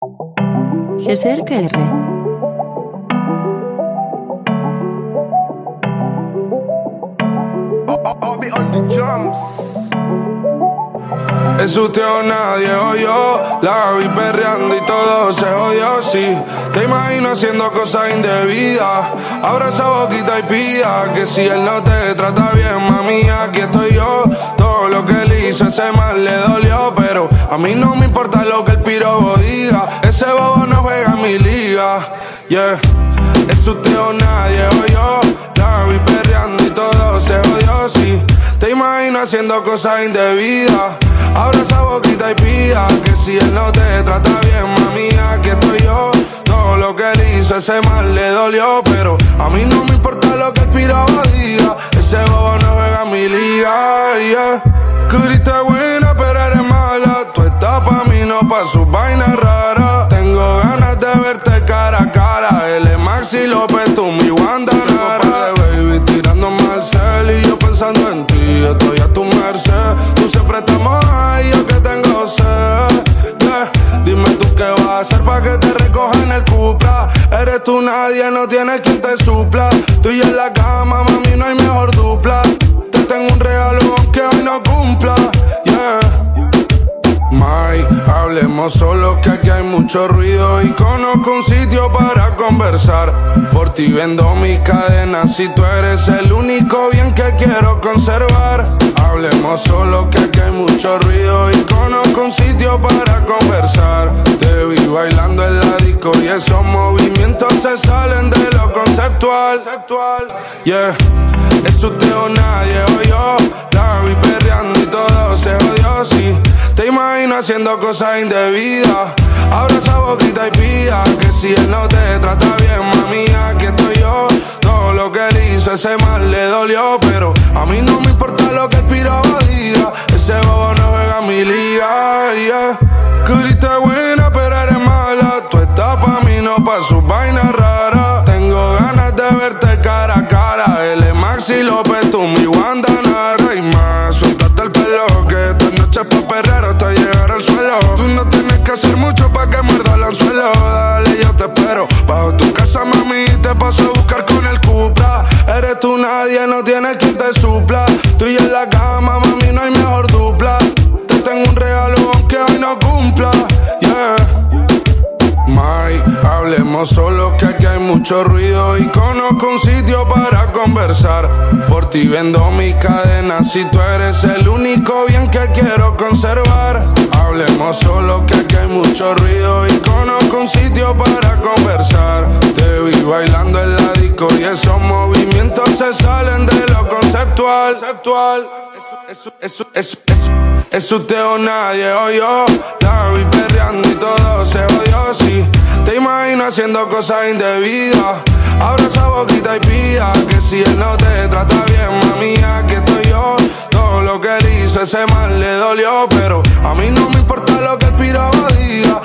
Geser KR. I'll be on the drums. Es usted o nadie o yo. La vi perreando y todo se jodió, sí. Te imagino haciendo cosas indebidas. Abra esa boquita y pida que si él no te trata bien, mami, aquí estoy yo. Todo lo que él hizo, ese mal le dolió, pero a mí no me importa lo que el pirobo diga. Ese bobo no juega en mi liga, yeah. Es usted o nadie o yo. La vi perreando y todo se jodió, sí. Te imagino haciendo cosas indebidas. Abra esa boquita y pida que si él no te trata bien, mami, aquí estoy yo. Todo lo que él hizo, ese mal le dolió, pero a mí no me importa lo que el pirobo diga. Ese bobo no juega en mi liga, yeah. Curiste buena, pero eres mala. Tú estás pa' mí, no pa' sus vainas raras. Tengo ganas de verte cara a cara. Él es Maxi López, tú mi Wanda Nara. Baby, tirándome al cel y yo pensando en ti. Estoy a tu merced. Tú siempre estamos ahí, yo que tengo sed, yeah. Dime tú qué vas a hacer pa' que te recoja en el Cupra. Eres tú nadie, no tienes quien te supla. Tú y yo en la cama, mami, no hay mejor dupla. Te tengo un regalo aunque hoy no cumpla, yeah. Mai, hablemos solo que aquí hay mucho ruido y conozco un sitio para conversar. Por ti vendo mis cadenas si tú eres el único bien que quiero conservar. Hablemos solo que aquí hay mucho ruido y conozco un sitio para conversar. Te vi bailando en la disco y esos movimientos se salen de lo conceptual, yeah. Es usted o nadie o yo. La vi perreando y todo se jodió, sí. Te imagino haciendo cosas indebidas. Abra esa boquita y pida que si él no te trata bien, mami, aquí estoy yo. Todo lo que él hizo, ese mal le dolió, pero a mí no me importa lo que el pirobo diga. Ese bobo no juega en mi liga, yeah. Curiste buena, pero eres mala. Tú estás pa' mí, no pa' sus vainas raras. Tengo ganas de verte cara a cara. Él es Maxi López, tú mi Wanda Nara. Y más, suéltate el pelo que esta noche es pa' perrer hasta llegar al suelo. Tú no tienes que hacer mucho pa' que muerda el anzuelo. Dale, yo te espero bajo tu casa, mami, te paso a buscar con el Cupra. Eres tú nadie, no tienes quien te supla. Tú y yo en la cama, mami, no hay mejor dupla. Te tengo un regalo aunque hoy no cumpla, yeah. Mai, hablemos solo que aquí hay mucho ruido y conozco un sitio para conversar. Por ti vendo mis cadenas si tú eres el único bien que quiero conservar. Hablemos solo que aquí hay mucho ruido y conozco un sitio para conversar. Te vi bailando en la disco y esos movimientos se salen de lo conceptual. Es usted o nadie o yo. La vi perreando y todo se jodió, sí. Te imagino haciendo cosas indebidas. Abra esa boquita y pida que si él no te trata bien, mami, aquí estoy yo. Todo lo que él hizo, ese mal le dolió, pero a mí no me importa lo que el pirobo diga.